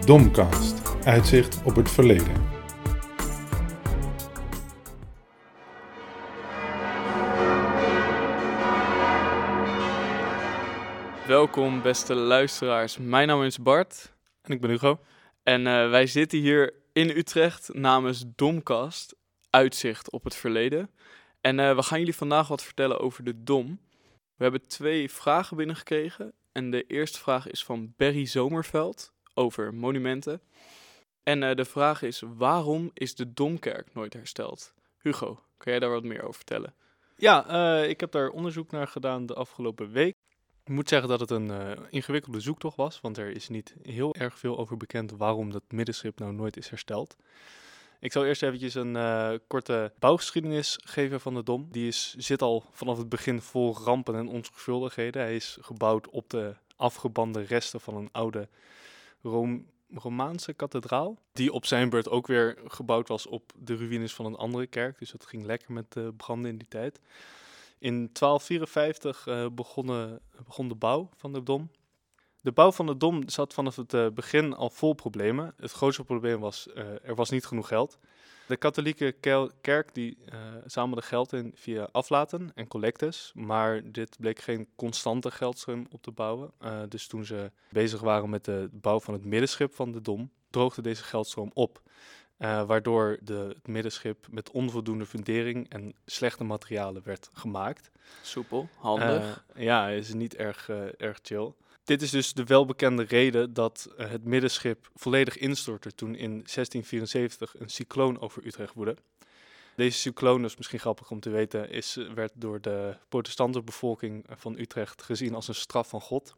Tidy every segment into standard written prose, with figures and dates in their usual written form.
Domcast, uitzicht op het verleden. Welkom beste luisteraars, mijn naam is Bart. En ik ben Hugo. En wij zitten hier in Utrecht namens Domcast, uitzicht op het verleden. En we gaan jullie vandaag wat vertellen over de Dom. We hebben 2 vragen binnengekregen. En de eerste vraag is van Berry Zomerveld over monumenten. En de vraag is, waarom is de Domkerk nooit hersteld? Hugo, kan jij daar wat meer over vertellen? Ja, ik heb daar onderzoek naar gedaan de afgelopen week. Ik moet zeggen dat het een ingewikkelde zoektocht was, want er is niet heel erg veel over bekend waarom dat middenschip nou nooit is hersteld. Ik zal eerst eventjes een korte bouwgeschiedenis geven van de Dom. Die zit al vanaf het begin vol rampen en onzorgvuldigheden. Hij is gebouwd op de afgebande resten van een oude Romaanse kathedraal, die op zijn beurt ook weer gebouwd was op de ruïnes van een andere kerk. Dus dat ging lekker met branden in die tijd. In 1254 begon de bouw van de Dom. De bouw van de Dom zat vanaf het begin al vol problemen. Het grootste probleem was, er was niet genoeg geld. De katholieke kerk die zamelde geld in via aflaten en collectes, maar dit bleek geen constante geldstroom op te bouwen. Dus toen ze bezig waren met de bouw van het middenschip van de Dom, droogde deze geldstroom op. Waardoor het middenschip met onvoldoende fundering en slechte materialen werd gemaakt. Soepel, handig. Ja, is niet erg chill. Dit is dus de welbekende reden dat het middenschip volledig instortte toen in 1674 een cycloon over Utrecht woedde. Deze cycloon, is misschien grappig om te weten, werd door de protestante bevolking van Utrecht gezien als een straf van God.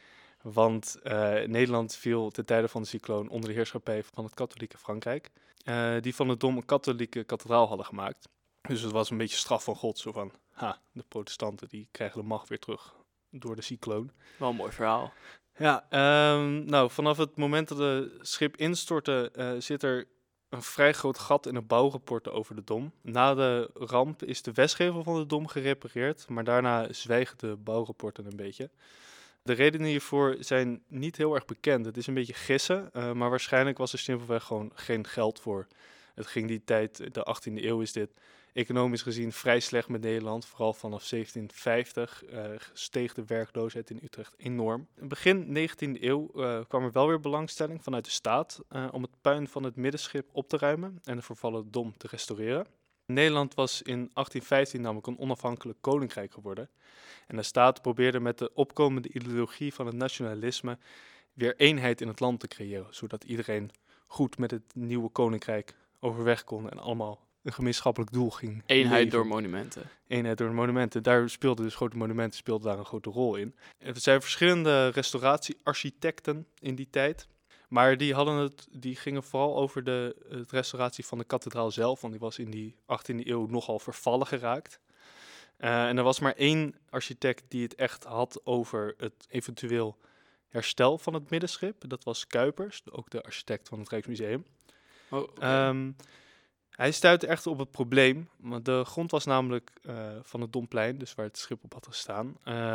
Want Nederland viel ten tijde van de cycloon onder de heerschappij van het katholieke Frankrijk. Die van de Dom een katholieke kathedraal hadden gemaakt. Dus het was een beetje straf van God, zo van, de protestanten die krijgen de macht weer terug door de cycloon. Wel een mooi verhaal. Ja, vanaf het moment dat het schip instortte zit er een vrij groot gat in de bouwrapporten over de Dom. Na de ramp is de westgevel van de Dom gerepareerd, maar daarna zwijgen de bouwrapporten een beetje. De redenen hiervoor zijn niet heel erg bekend. Het is een beetje gissen, maar waarschijnlijk was er simpelweg gewoon geen geld voor. Het ging die tijd, de 18e eeuw is dit, economisch gezien vrij slecht met Nederland. Vooral vanaf 1750 steeg de werkloosheid in Utrecht enorm. Begin 19e eeuw kwam er wel weer belangstelling vanuit de staat om het puin van het middenschip op te ruimen en de vervallen Dom te restaureren. Nederland was in 1815 namelijk een onafhankelijk koninkrijk geworden. En de staat probeerde met de opkomende ideologie van het nationalisme weer eenheid in het land te creëren. Zodat iedereen goed met het nieuwe koninkrijk overweg kon en allemaal een gemeenschappelijk doel ging. Eenheid door monumenten. Eenheid door de monumenten. Daar speelden dus grote monumenten daar een grote rol in. Er zijn verschillende restauratiearchitecten in die tijd. Maar die gingen vooral over de restauratie van de kathedraal zelf. Want die was in die 18e eeuw nogal vervallen geraakt. En er was maar 1 architect die het echt had over het eventueel herstel van het middenschip. Dat was Cuypers, ook de architect van het Rijksmuseum. Oh, okay. Hij stuitte echt op het probleem, want de grond was namelijk van het Domplein, dus waar het schip op had gestaan,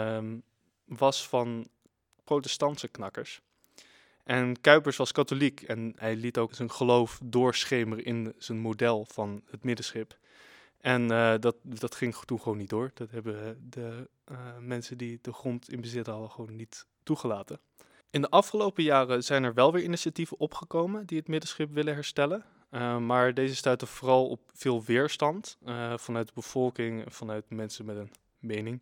was van protestantse knakkers. En Cuypers was katholiek en hij liet ook zijn geloof doorschemeren in zijn model van het middenschip. En dat ging toen gewoon niet door. Dat hebben de mensen die de grond in bezit hadden gewoon niet toegelaten. In de afgelopen jaren zijn er wel weer initiatieven opgekomen die het middenschip willen herstellen. Maar deze stuiten vooral op veel weerstand vanuit de bevolking en vanuit mensen met een mening.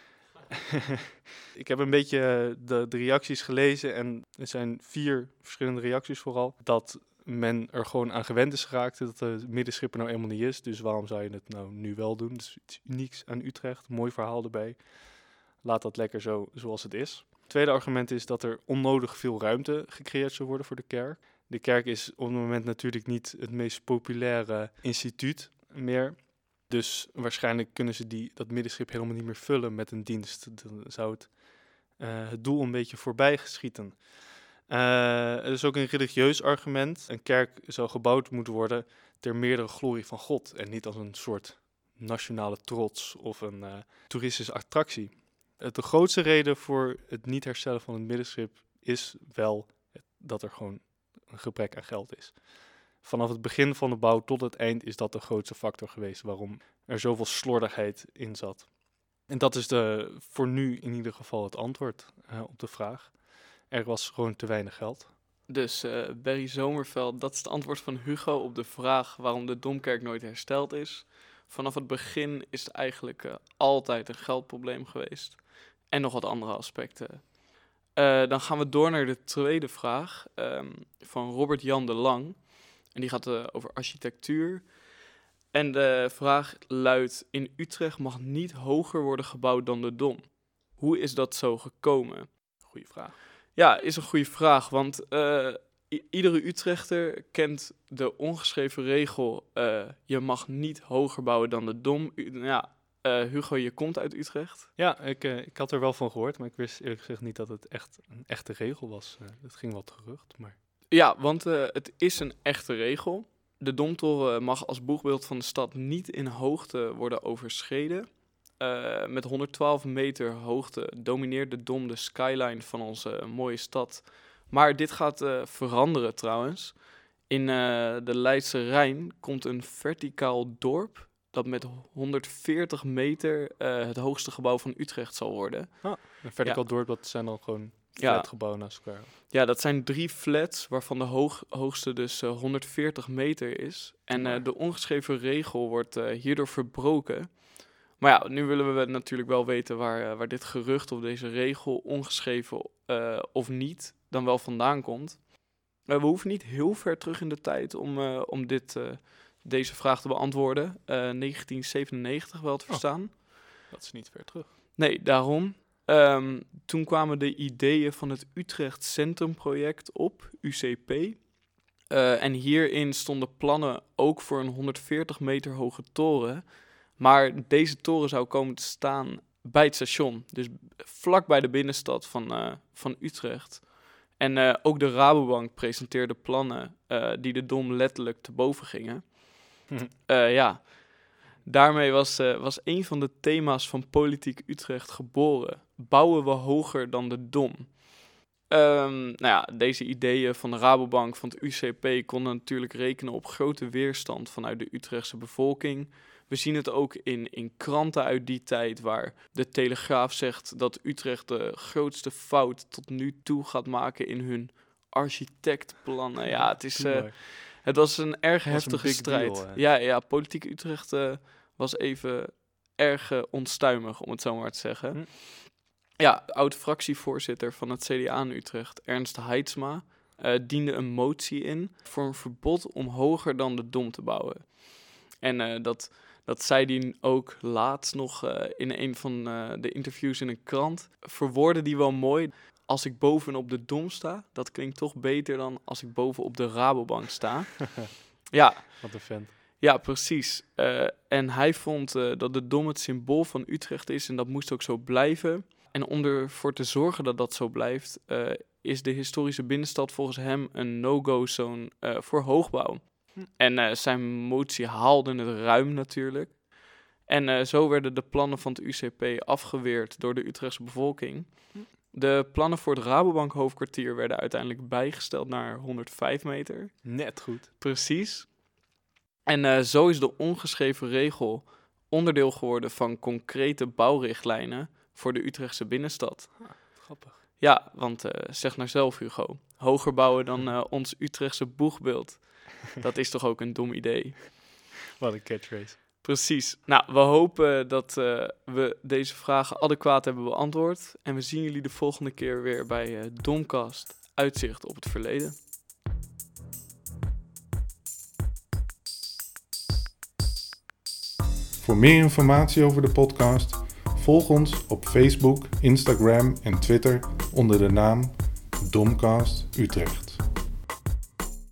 Ik heb een beetje de reacties gelezen en er zijn 4 verschillende reacties vooral. Dat men er gewoon aan gewend is geraakt dat het middenschip er nou eenmaal niet is. Dus waarom zou je het nou nu wel doen? Het is iets unieks aan Utrecht, mooi verhaal erbij. Laat dat lekker zoals het is. Het tweede argument is dat er onnodig veel ruimte gecreëerd zou worden voor de kerk. De kerk is op het moment natuurlijk niet het meest populaire instituut meer. Dus waarschijnlijk kunnen ze dat middenschip helemaal niet meer vullen met een dienst. Dan zou het doel een beetje voorbij geschieten. Er is ook een religieus argument. Een kerk zou gebouwd moeten worden ter meerdere glorie van God. En niet als een soort nationale trots of een toeristische attractie. De grootste reden voor het niet herstellen van het middenschip is wel dat er gewoon een gebrek aan geld is. Vanaf het begin van de bouw tot het eind is dat de grootste factor geweest waarom er zoveel slordigheid in zat. En dat is voor nu in ieder geval het antwoord op de vraag. Er was gewoon te weinig geld. Dus Barry Zomerveld, dat is het antwoord van Hugo op de vraag waarom de Domkerk nooit hersteld is. Vanaf het begin is het eigenlijk altijd een geldprobleem geweest. En nog wat andere aspecten. Dan gaan we door naar de tweede vraag van Robert Jan de Lang. En die gaat over architectuur. En de vraag luidt: in Utrecht mag niet hoger worden gebouwd dan de Dom. Hoe is dat zo gekomen? Goeie vraag. Ja, is een goede vraag, want iedere Utrechter kent de ongeschreven regel: je mag niet hoger bouwen dan de Dom. Hugo, je komt uit Utrecht. Ja, ik had er wel van gehoord, maar ik wist eerlijk gezegd niet dat het echt een echte regel was. Het ging wat gerucht, maar... Ja, want het is een echte regel. De Domtoren mag als boegbeeld van de stad niet in hoogte worden overschreden. Met 112 meter hoogte domineert de Dom de skyline van onze mooie stad. Maar dit gaat veranderen trouwens. In de Leidse Rijn komt een verticaal dorp dat met 140 meter het hoogste gebouw van Utrecht zal worden. Een verticaal dorp, dat zijn dan gewoon flatgebouwen naast elkaar. Ja, dat zijn 3 flats, waarvan de hoogste dus 140 meter is. En de ongeschreven regel wordt hierdoor verbroken. Maar ja, nu willen we natuurlijk wel weten waar dit gerucht of deze regel, ongeschreven of niet, dan wel vandaan komt. We hoeven niet heel ver terug in de tijd om deze vraag te beantwoorden. 1997 wel te verstaan. Dat is niet ver terug. Nee, daarom. Toen kwamen de ideeën van het Utrecht Centrumproject op, UCP. En hierin stonden plannen ook voor een 140 meter hoge toren. Maar deze toren zou komen te staan bij het station. Dus vlak bij de binnenstad van Utrecht. En ook de Rabobank presenteerde plannen die de Dom letterlijk te boven gingen. Daarmee was een van de thema's van Politiek Utrecht geboren. Bouwen we hoger dan de Dom? Deze ideeën van de Rabobank, van het UCP, konden natuurlijk rekenen op grote weerstand vanuit de Utrechtse bevolking. We zien het ook in kranten uit die tijd, waar de Telegraaf zegt dat Utrecht de grootste fout tot nu toe gaat maken in hun architectplannen. Ja, het was een erg heftige strijd. Deal, Politiek Utrecht was even erg onstuimig, om het zo maar te zeggen. Ja, de oud-fractievoorzitter van het CDA in Utrecht, Ernst Heidsma, diende een motie in voor een verbod om hoger dan de Dom te bouwen. En dat zei hij ook laatst nog in een van de interviews in een krant. Verwoordde die wel mooi. Als ik bovenop de Dom sta, dat klinkt toch beter dan als ik bovenop de Rabobank sta. Ja. Wat een vent. Ja, precies. En hij vond dat de Dom het symbool van Utrecht is en dat moest ook zo blijven. En om ervoor te zorgen dat dat zo blijft, is de historische binnenstad volgens hem een no-go-zone voor hoogbouw. En zijn motie haalde het ruim natuurlijk. En zo werden de plannen van het UCP afgeweerd door de Utrechtse bevolking. De plannen voor het Rabobank hoofdkwartier werden uiteindelijk bijgesteld naar 105 meter. Net goed. Precies. En zo is de ongeschreven regel onderdeel geworden van concrete bouwrichtlijnen voor de Utrechtse binnenstad. Grappig. Ja, want zeg nou zelf, Hugo. Hoger bouwen dan ons Utrechtse boegbeeld. Dat is toch ook een dom idee. Wat een catchphrase. Precies. Nou, we hopen dat we deze vragen adequaat hebben beantwoord. En we zien jullie de volgende keer weer bij Domcast Uitzicht op het Verleden. Voor meer informatie over de podcast, volg ons op Facebook, Instagram en Twitter onder de naam Domcast Utrecht.